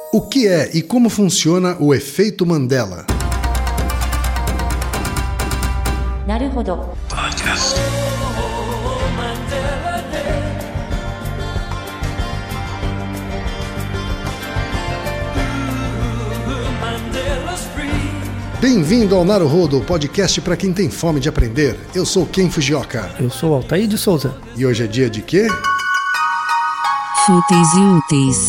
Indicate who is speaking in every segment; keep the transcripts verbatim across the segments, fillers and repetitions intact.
Speaker 1: O que é e como funciona o efeito Mandela?
Speaker 2: Naruhodo. Podcast.
Speaker 1: Bem-vindo ao Naruhodo, podcast para quem tem fome de aprender. Eu sou Ken Fujioka.
Speaker 3: Eu sou Altair de Souza.
Speaker 1: E hoje é dia de quê?
Speaker 2: Fúteis e úteis.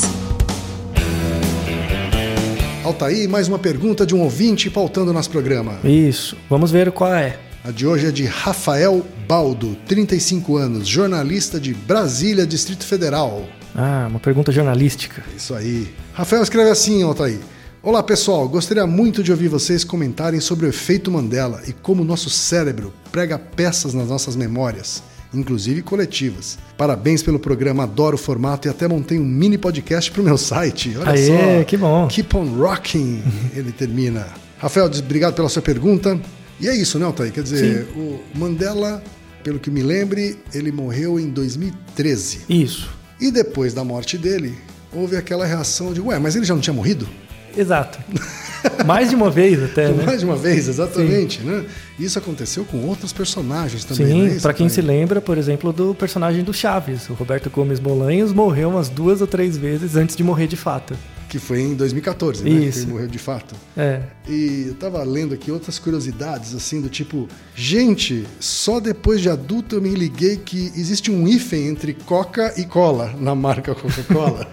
Speaker 1: Altair, mais uma pergunta de um ouvinte pautando nosso programa.
Speaker 3: Isso, vamos ver qual é.
Speaker 1: A de hoje é de Rafael Baldo, trinta e cinco anos, jornalista de Brasília, Distrito Federal.
Speaker 3: Ah, uma pergunta jornalística.
Speaker 1: Isso aí. Rafael escreve assim, Altair. Olá pessoal, gostaria muito de ouvir vocês comentarem sobre o efeito Mandela e como o nosso cérebro prega peças nas nossas memórias, inclusive coletivas. Parabéns pelo programa, adoro o formato e até montei um mini podcast pro meu site. Olha
Speaker 3: Aê,
Speaker 1: só,
Speaker 3: que bom.
Speaker 1: Keep on rocking, ele termina. Rafael, obrigado pela sua pergunta. E é isso, né, Altair? Quer dizer, Sim. o Mandela, pelo que me lembre, ele morreu em dois mil e treze.
Speaker 3: Isso.
Speaker 1: E depois da morte dele, houve aquela reação de, ué, mas ele já não tinha morrido?
Speaker 3: Exato. Mais de uma vez até, né?
Speaker 1: Mais de uma vez, exatamente, né? Isso aconteceu com outros personagens também,
Speaker 3: Sim,
Speaker 1: né?
Speaker 3: Para quem se lembra, por exemplo, do personagem do Chaves. O Roberto Gomes Bolanhos morreu umas duas ou três vezes antes de morrer de fato.
Speaker 1: Que foi em dois mil e catorze, né?
Speaker 3: Isso.
Speaker 1: Que ele morreu de fato.
Speaker 3: É.
Speaker 1: E eu tava lendo aqui outras curiosidades, assim, do tipo... Gente, só depois de adulto eu me liguei que existe um hífen entre Coca e Cola, na marca Coca-Cola.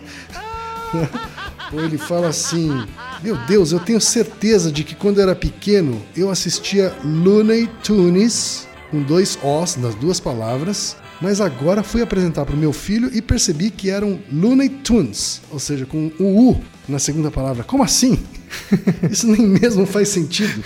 Speaker 1: Ou ele fala assim... Meu Deus, eu tenho certeza de que quando eu era pequeno, eu assistia Looney Tunes, com dois Os nas duas palavras, mas agora fui apresentar para o meu filho e percebi que eram Looney Tunes, ou seja, com um U na segunda palavra. Como assim? Isso nem mesmo faz sentido.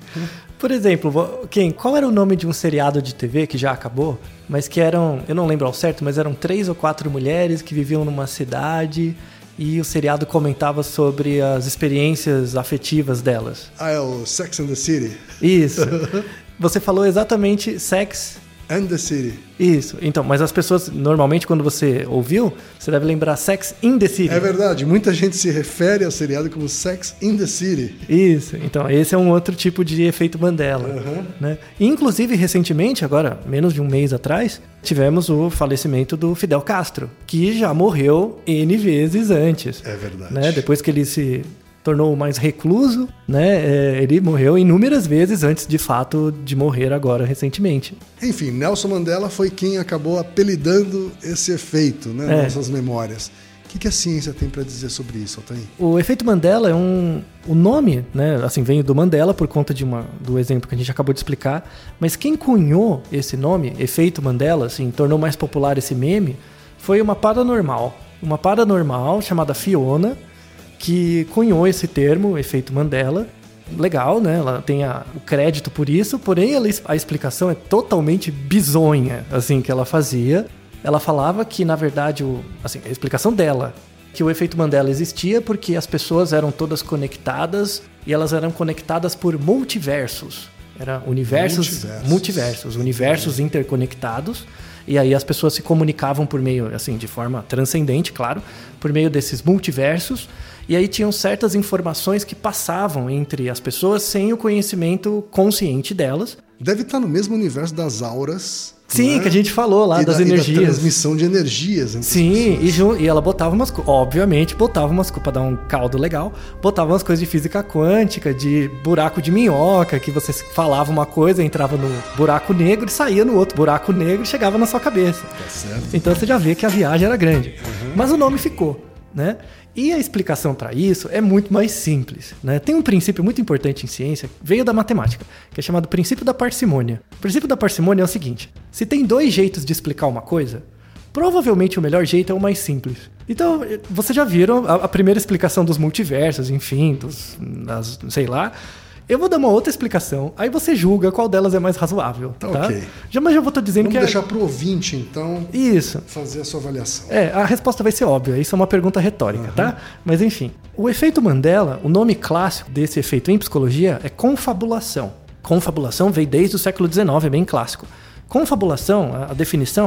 Speaker 3: Por exemplo, Ken, qual era o nome de um seriado de T V que já acabou, mas que eram, eu não lembro ao certo, mas eram três ou quatro mulheres que viviam numa cidade... E o seriado comentava sobre as experiências afetivas delas.
Speaker 1: Ah, é o Sex and the City.
Speaker 3: Isso. Você falou exatamente Sex
Speaker 1: and the City.
Speaker 3: Isso. Então, mas as pessoas, normalmente, quando você ouviu, você deve lembrar Sex in the City.
Speaker 1: É verdade. Muita gente se refere ao seriado como Sex in the City.
Speaker 3: Isso. Então, esse é um outro tipo de efeito Mandela. Uhum. Né? Inclusive, recentemente, agora, menos de um mês atrás, tivemos o falecimento do Fidel Castro, que já morreu N vezes antes.
Speaker 1: É verdade.
Speaker 3: Né? Depois que ele se tornou mais recluso, né? Ele morreu inúmeras vezes antes, de fato, de morrer agora, recentemente.
Speaker 1: Enfim, Nelson Mandela foi quem acabou apelidando esse efeito, né, nas
Speaker 3: é.
Speaker 1: nossas memórias. O que, que a ciência tem para dizer sobre isso, Altair?
Speaker 3: O efeito Mandela é um... O nome, né, assim, vem do Mandela por conta de uma, do exemplo que a gente acabou de explicar, mas quem cunhou esse nome, efeito Mandela, assim, tornou mais popular esse meme, foi uma paranormal. Uma paranormal chamada Fiona, que cunhou esse termo, efeito Mandela. Legal, né? Ela tem a, o crédito por isso, porém ela, a explicação é totalmente bizonha, assim, que ela fazia. Ela falava que, na verdade, o, assim, a explicação dela, que o efeito Mandela existia porque as pessoas eram todas conectadas e elas eram conectadas por multiversos. Era universos, multiversos, multiversos universos interconectados. E aí as pessoas se comunicavam por meio, assim, de forma transcendente, claro, por meio desses multiversos. E aí tinham certas informações que passavam entre as pessoas sem o conhecimento consciente delas.
Speaker 1: Deve estar no mesmo universo das auras.
Speaker 3: Sim, né? Que a gente falou lá,
Speaker 1: e
Speaker 3: das
Speaker 1: da,
Speaker 3: energias.
Speaker 1: E da transmissão de energias. Entre
Speaker 3: Sim, e, e ela botava umas coisas, obviamente, botava umas coisas, para dar um caldo legal, botava umas coisas de física quântica, de buraco de minhoca, que você falava uma coisa, entrava no buraco negro e saía no outro buraco negro e chegava na sua cabeça.
Speaker 1: Tá certo.
Speaker 3: Então você já vê que a viagem era grande. Uhum. Mas o nome ficou, né? E a explicação para isso é muito mais simples, né? Tem um princípio muito importante em ciência, veio da matemática, que é chamado princípio da parcimônia. O princípio da parcimônia é o seguinte: se tem dois jeitos de explicar uma coisa, provavelmente o melhor jeito é o mais simples. Então, vocês já viram a, a primeira explicação dos multiversos, enfim, dos, das, sei lá. Eu vou dar uma outra explicação, aí você julga qual delas é mais razoável, tá? tá?
Speaker 1: Ok.
Speaker 3: Já, mas já vou tô dizendo
Speaker 1: Vamos
Speaker 3: que...
Speaker 1: deixar
Speaker 3: é...
Speaker 1: pro ouvinte, então,
Speaker 3: isso.
Speaker 1: fazer a sua avaliação.
Speaker 3: É, a resposta vai ser óbvia, isso é uma pergunta retórica, uhum. tá? Mas enfim, o efeito Mandela, o nome clássico desse efeito em psicologia é confabulação. Confabulação veio desde o século dezenove, é bem clássico. Confabulação, a, a definição,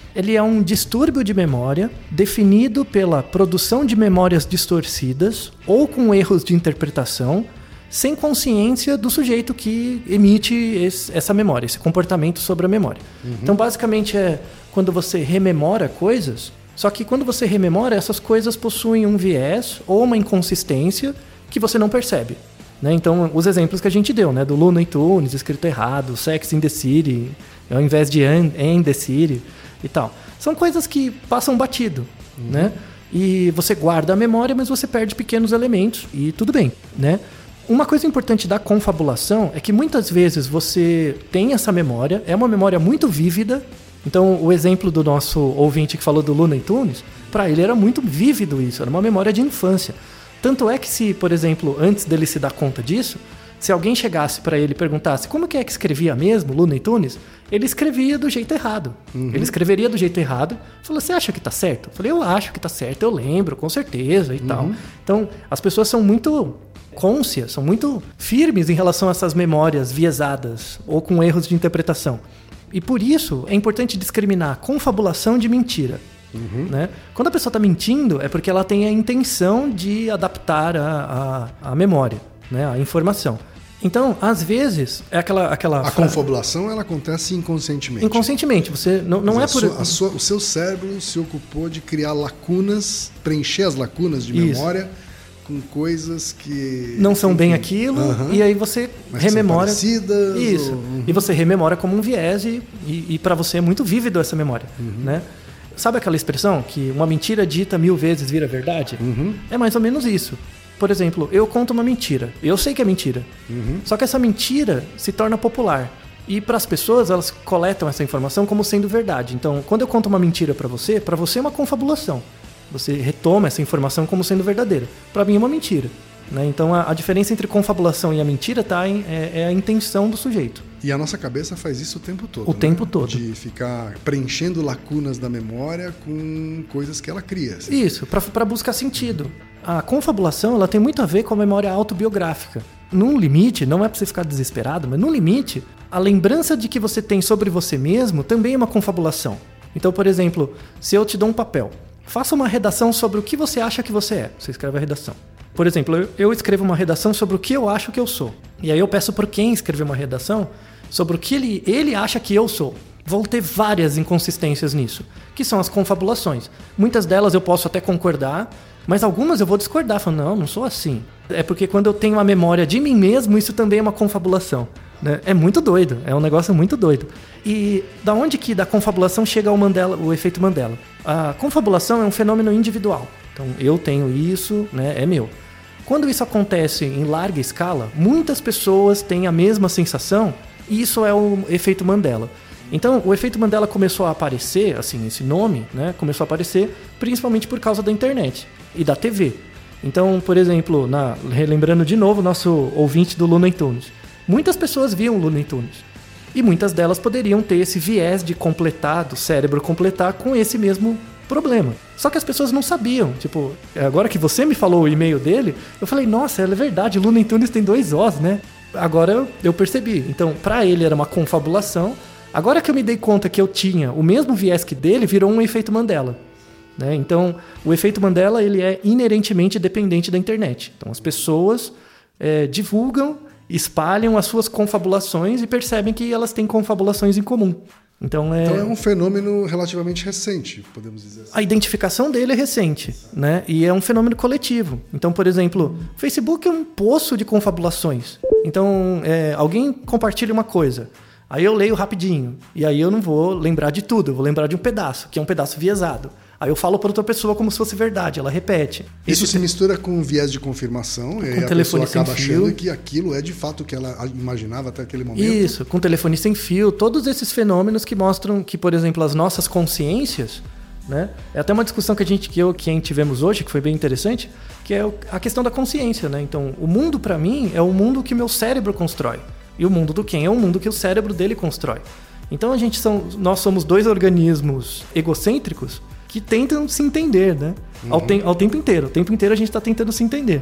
Speaker 3: ele é um distúrbio de memória definido pela produção de memórias distorcidas ou com erros de interpretação, sem consciência do sujeito que emite esse, essa memória, esse comportamento sobre a memória. Uhum. Então, basicamente, é quando você rememora coisas, só que quando você rememora, essas coisas possuem um viés ou uma inconsistência que você não percebe. Né? Então, os exemplos que a gente deu, né? Do Looney Tunes, escrito errado, Sex in the City, ao invés de in the City e tal. São coisas que passam batido, uhum. né? E você guarda a memória, mas você perde pequenos elementos e tudo bem, né? Uma coisa importante da confabulação é que muitas vezes você tem essa memória, é uma memória muito vívida. Então, o exemplo do nosso ouvinte que falou do Looney Tunes, para ele era muito vívido isso, era uma memória de infância. Tanto é que se, por exemplo, antes dele se dar conta disso, se alguém chegasse para ele e perguntasse como que é que escrevia mesmo Looney Tunes, ele escrevia do jeito errado. Uhum. Ele escreveria do jeito errado. Falou, você acha que tá certo? Eu falei, eu acho que tá certo, eu lembro, com certeza e uhum. tal. Então, as pessoas são muito cônscias, são muito firmes em relação a essas memórias viesadas ou com erros de interpretação. E por isso é importante discriminar confabulação de mentira. Uhum. Né? Quando a pessoa está mentindo, é porque ela tem a intenção de adaptar a, a, a memória, né? A informação. Então, às vezes, é aquela... aquela
Speaker 1: a fra... confabulação, ela acontece inconscientemente.
Speaker 3: Inconscientemente. Você não, não é por...
Speaker 1: A sua, a sua, o seu cérebro se ocupou de criar lacunas, preencher as lacunas de
Speaker 3: Isso.
Speaker 1: memória com coisas que...
Speaker 3: não são enfim, bem aquilo, uh-huh. e aí você
Speaker 1: mas
Speaker 3: rememora...
Speaker 1: são parecidas.
Speaker 3: Isso.
Speaker 1: Ou... Uhum.
Speaker 3: E você rememora como um viés e, e, e para você é muito vívido essa memória,
Speaker 1: uhum.
Speaker 3: né? Sabe aquela expressão que uma mentira dita mil vezes vira verdade?
Speaker 1: Uhum.
Speaker 3: É mais ou menos isso. Por exemplo, eu conto uma mentira. Eu sei que é mentira.
Speaker 1: Uhum.
Speaker 3: Só que essa mentira se torna popular. E para as pessoas, elas coletam essa informação como sendo verdade. Então, quando eu conto uma mentira para você, para você é uma confabulação. Você retoma essa informação como sendo verdadeira. Para mim é uma mentira. Né? Então, a, a diferença entre confabulação e a mentira tá em, é, é a intenção do sujeito.
Speaker 1: E a nossa cabeça faz isso o tempo todo.
Speaker 3: O
Speaker 1: né?
Speaker 3: tempo todo.
Speaker 1: De ficar preenchendo lacunas da memória com coisas que ela cria. Assim.
Speaker 3: Isso, para buscar sentido. A confabulação ela tem muito a ver com a memória autobiográfica. Num limite, não é para você ficar desesperado, mas num limite, a lembrança de que você tem sobre você mesmo também é uma confabulação. Então, por exemplo, se eu te dou um papel, faça uma redação sobre o que você acha que você é. Você escreve a redação. Por exemplo, eu escrevo uma redação sobre o que eu acho que eu sou. E aí eu peço por quem escrever uma redação sobre o que ele, ele acha que eu sou. Vão ter várias inconsistências nisso, que são as confabulações. Muitas delas eu posso até concordar, mas algumas eu vou discordar, falando, não, não sou assim. É porque quando eu tenho a memória de mim mesmo, isso também é uma confabulação. Né? É muito doido, é um negócio muito doido. E da onde que da confabulação chega o, Mandela, o efeito Mandela? A confabulação é um fenômeno individual. Então, eu tenho isso, né, é meu. Quando isso acontece em larga escala, muitas pessoas têm a mesma sensação e isso é o efeito Mandela. Então, o efeito Mandela começou a aparecer, assim, esse nome, né, começou a aparecer principalmente por causa da internet e da T V. Então, por exemplo, na, relembrando de novo o nosso ouvinte do Looney Tunes, muitas pessoas viam o Looney Tunes e muitas delas poderiam ter esse viés de completar, do cérebro completar com esse mesmo problema. Só que as pessoas não sabiam. Tipo, agora que você me falou o e-mail dele, eu falei, nossa, é verdade, o Looney Tunes tem dois Os, né? Agora eu, eu percebi. Então, pra ele era uma confabulação. Agora que eu me dei conta que eu tinha o mesmo viés que dele, virou um efeito Mandela. Né? Então, o efeito Mandela ele é inerentemente dependente da internet. Então, as pessoas é, divulgam, espalham as suas confabulações e percebem que elas têm confabulações em comum. Então é...
Speaker 1: então é um fenômeno relativamente recente, podemos dizer assim.
Speaker 3: A identificação dele é recente, né? E é um fenômeno coletivo. Então, por exemplo, o Facebook é um poço de confabulações. Então, é, alguém compartilha uma coisa, aí eu leio rapidinho, e aí eu não vou lembrar de tudo, eu vou lembrar de um pedaço, que é um pedaço viesado. Aí eu falo para outra pessoa como se fosse verdade, ela repete.
Speaker 1: Isso
Speaker 3: Esse
Speaker 1: se mistura com viés de confirmação, e aí a pessoa acaba achando que aquilo é de fato o que ela imaginava até aquele momento.
Speaker 3: Isso, com telefone sem fio, todos esses fenômenos que mostram que, por exemplo, as nossas consciências, né? É até uma discussão que a gente que eu que tivemos hoje, que foi bem interessante, que é a questão da consciência, né? Então, o mundo para mim é o mundo que o meu cérebro constrói. E o mundo do Ken é o mundo que o cérebro dele constrói. Então, a gente são, nós somos dois organismos egocêntricos que tentam se entender, né? Uhum. Ao, te- ao tempo inteiro. O tempo inteiro a gente está tentando se entender.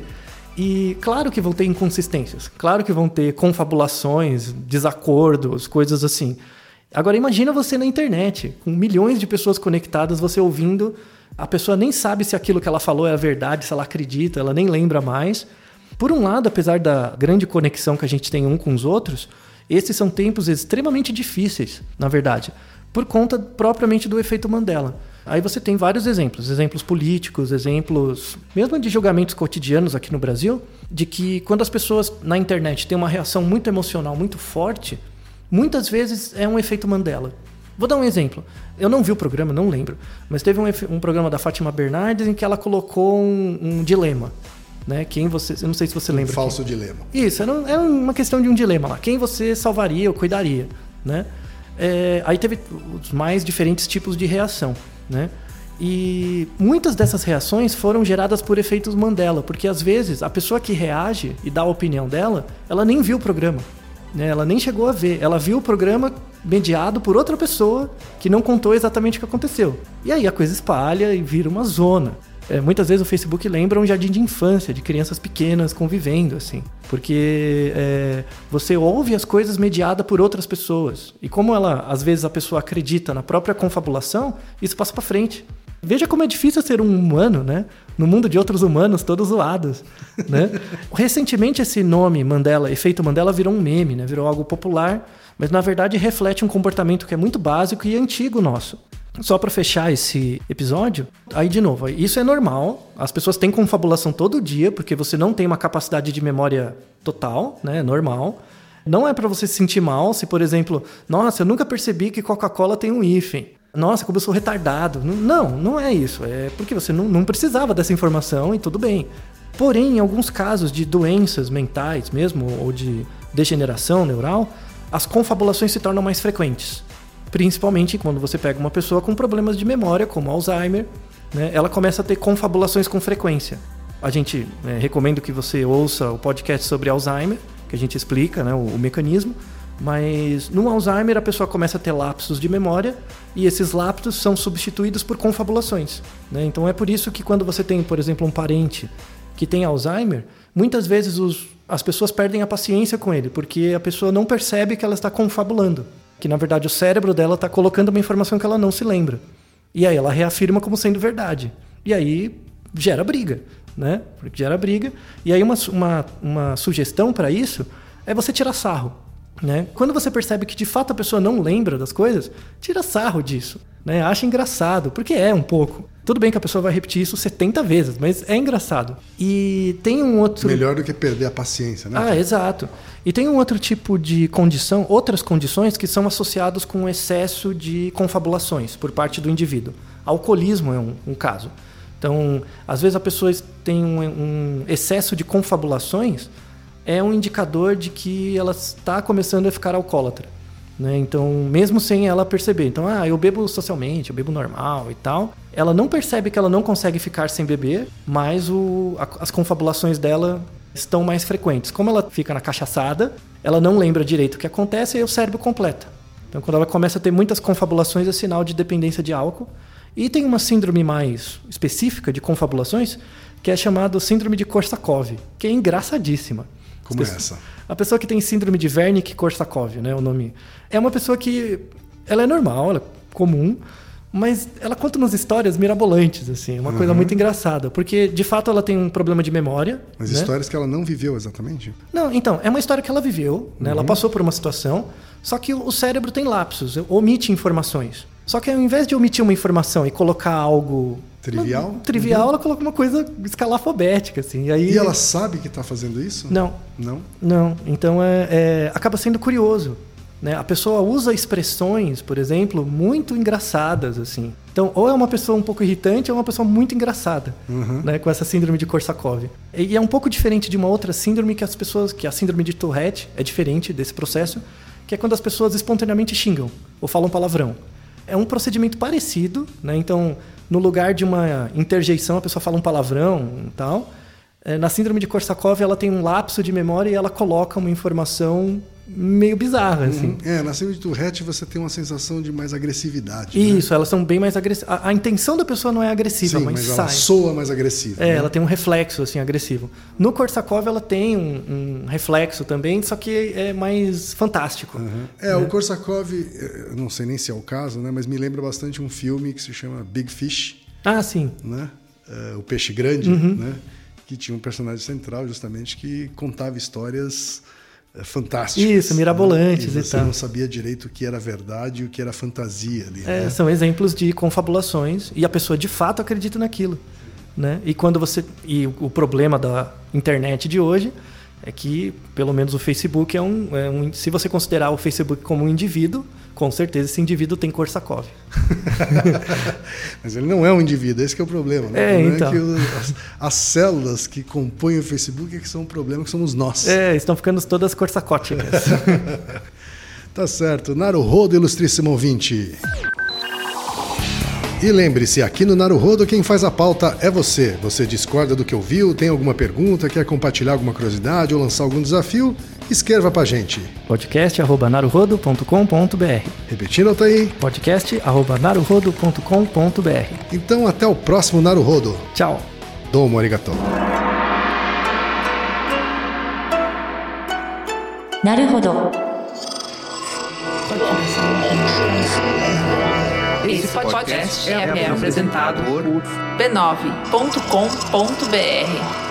Speaker 3: E claro que vão ter inconsistências. Claro que vão ter confabulações, desacordos, coisas assim. Agora imagina você na internet, com milhões de pessoas conectadas, você ouvindo, a pessoa nem sabe se aquilo que ela falou é a verdade, se ela acredita, ela nem lembra mais. Por um lado, apesar da grande conexão que a gente tem um com os outros, esses são tempos extremamente difíceis, na verdade, por conta propriamente do efeito Mandela. Aí você tem vários exemplos, exemplos políticos, exemplos mesmo de julgamentos cotidianos aqui no Brasil, de que quando as pessoas na internet têm uma reação muito emocional, muito forte, muitas vezes é um efeito Mandela. Vou dar um exemplo. Eu não vi o programa, não lembro, mas teve um, um programa da Fátima Bernardes em que ela colocou um, um dilema. Né? Quem você, eu não sei se você
Speaker 1: um
Speaker 3: lembra.
Speaker 1: Um falso
Speaker 3: quem.
Speaker 1: dilema.
Speaker 3: Isso, era, era uma questão de um dilema lá. Quem você salvaria ou cuidaria, né? É, aí teve os mais diferentes tipos de reação, né? E muitas dessas reações foram geradas por efeitos Mandela, porque às vezes a pessoa que reage e dá a opinião dela, ela nem viu o programa, né? Ela nem chegou a ver. Ela viu o programa mediado por outra pessoa que não contou exatamente o que aconteceu. E aí a coisa espalha e vira uma zona. É, muitas vezes o Facebook lembra um jardim de infância, de crianças pequenas convivendo, assim. Porque é, você ouve as coisas mediadas por outras pessoas. E como ela, às vezes a pessoa acredita na própria confabulação, isso passa para frente. Veja como é difícil ser um humano, né? No mundo de outros humanos, todos zoados, né? Recentemente esse nome Mandela, efeito Mandela, virou um meme, né? Virou algo popular, mas na verdade reflete um comportamento que é muito básico e antigo nosso. Só para fechar esse episódio, aí de novo, isso é normal, as pessoas têm confabulação todo dia, porque você não tem uma capacidade de memória total, né, normal. Não é para você se sentir mal se, por exemplo, nossa, eu nunca percebi que Coca-Cola tem um hífen. Nossa, como eu sou retardado. Não, não é isso, é porque você não, não precisava dessa informação e tudo bem. Porém, em alguns casos de doenças mentais mesmo, ou de degeneração neural, as confabulações se tornam mais frequentes. Principalmente quando você pega uma pessoa com problemas de memória, como Alzheimer, né, ela começa a ter confabulações com frequência. A gente né, recomenda que você ouça o podcast sobre Alzheimer, que a gente explica né, o, o mecanismo, mas no Alzheimer a pessoa começa a ter lapsos de memória e esses lapsos são substituídos por confabulações. Né? Então é por isso que quando você tem, por exemplo, um parente que tem Alzheimer, muitas vezes os, as pessoas perdem a paciência com ele, porque a pessoa não percebe que ela está confabulando. Que, na verdade, o cérebro dela está colocando uma informação que ela não se lembra. E aí ela reafirma como sendo verdade. E aí gera briga, né? Gera briga. E aí uma, uma, uma sugestão para isso é você tirar sarro, né? Quando você percebe que, de fato, a pessoa não lembra das coisas, tira sarro disso, né? Acha engraçado, porque é um pouco. Tudo bem que a pessoa vai repetir isso setenta vezes, mas é engraçado. E tem um outro...
Speaker 1: Melhor do que perder a paciência, né?
Speaker 3: Ah, exato. E tem um outro tipo de condição, outras condições que são associadas com o excesso de confabulações por parte do indivíduo. Alcoolismo é um, um caso. Então, às vezes a pessoa tem um, um excesso de confabulações, é um indicador de que ela está começando a ficar alcoólatra. Né? Então, mesmo sem ela perceber. Então, ah, eu bebo socialmente, eu bebo normal e tal. Ela não percebe que ela não consegue ficar sem beber, mas o, a, as confabulações dela estão mais frequentes. Como ela fica na cachaçada, ela não lembra direito o que acontece e aí o cérebro completa. Então, quando ela começa a ter muitas confabulações, é sinal de dependência de álcool. E tem uma síndrome mais específica de confabulações, que é chamada síndrome de Korsakoff, que é engraçadíssima.
Speaker 1: Como é essa?
Speaker 3: A pessoa que tem síndrome de Wernicke-Korsakoff, né, o nome. É uma pessoa que ela é normal, ela é comum, mas ela conta umas histórias mirabolantes, assim, uma uhum. coisa muito engraçada, porque de fato ela tem um problema de memória.
Speaker 1: Mas
Speaker 3: né?
Speaker 1: Histórias que ela não viveu exatamente?
Speaker 3: Não, então, é uma história que ela viveu, né? Ela passou por uma situação, só que o cérebro tem lapsos, omite informações. Só que ao invés de omitir uma informação e colocar algo...
Speaker 1: Trivial?
Speaker 3: Uma, trivial, uhum. ela coloca uma coisa escalafobética, assim. E, aí...
Speaker 1: e ela sabe que está fazendo isso?
Speaker 3: Não.
Speaker 1: Não?
Speaker 3: Não. Então, é, é, acaba sendo curioso. Né? A pessoa usa expressões, por exemplo, muito engraçadas, assim. Então, ou é uma pessoa um pouco irritante, ou é uma pessoa muito engraçada, uhum. né? Com essa síndrome de Korsakoff. E é um pouco diferente de uma outra síndrome que as pessoas... que a síndrome de Tourette é diferente desse processo, que é quando as pessoas espontaneamente xingam ou falam palavrão. É um procedimento parecido, né? Então, no lugar de uma interjeição, a pessoa fala um palavrão e tal. Na síndrome de Korsakoff, ela tem um lapso de memória e ela coloca uma informação meio bizarra, assim.
Speaker 1: Uhum. É, na síndrome de Tourette você tem uma sensação de mais agressividade.
Speaker 3: Isso,
Speaker 1: né?
Speaker 3: elas são bem mais agressivas. A, a intenção da pessoa não é agressiva,
Speaker 1: Sim,
Speaker 3: mas,
Speaker 1: mas
Speaker 3: sai.
Speaker 1: ela soa mais agressiva.
Speaker 3: É,
Speaker 1: né?
Speaker 3: ela tem um reflexo, assim, agressivo. No Korsakov ela tem um, um reflexo também, só que é mais fantástico.
Speaker 1: Uhum. É, né? O Korsakov, eu não sei nem se é o caso, né? Mas me lembra bastante um filme que se chama Big Fish.
Speaker 3: Ah, sim.
Speaker 1: Né? Uh, o Peixe Grande,
Speaker 3: uhum.
Speaker 1: né? Que tinha um personagem central justamente que contava histórias uh, fantásticas.
Speaker 3: Isso, mirabolantes
Speaker 1: né?
Speaker 3: e,
Speaker 1: e você
Speaker 3: tal.
Speaker 1: não sabia direito o que era verdade e o que era fantasia ali.
Speaker 3: É,
Speaker 1: né?
Speaker 3: São exemplos de confabulações e a pessoa de fato acredita naquilo. Né? E quando você. E o problema da internet de hoje é que, pelo menos o Facebook é um, é um. Se você considerar o Facebook como um indivíduo, com certeza esse indivíduo tem Korsakov.
Speaker 1: Mas ele não é um indivíduo, esse que é o problema. Né?
Speaker 3: É,
Speaker 1: o problema
Speaker 3: então.
Speaker 1: é que o, as, as células que compõem o Facebook é que são um problema, que somos nós.
Speaker 3: É, estão ficando todas corsacóticas.
Speaker 1: Tá certo. Naruhodo, ilustríssimo ouvinte. E lembre-se, aqui no Naruhodo quem faz a pauta é você. Você discorda do que ouviu, tem alguma pergunta, quer compartilhar alguma curiosidade ou lançar algum desafio? Escreva pra gente.
Speaker 3: podcast arroba naruhodo ponto com ponto br.
Speaker 1: Repetindo, tá aí?
Speaker 3: podcast arroba naruhodo ponto com ponto br.
Speaker 1: Então até o próximo Naruhodo.
Speaker 3: Tchau.
Speaker 1: Domo arigatou.
Speaker 2: Naruhodo.
Speaker 4: Esse podcast é apresentado por b nove ponto com ponto br.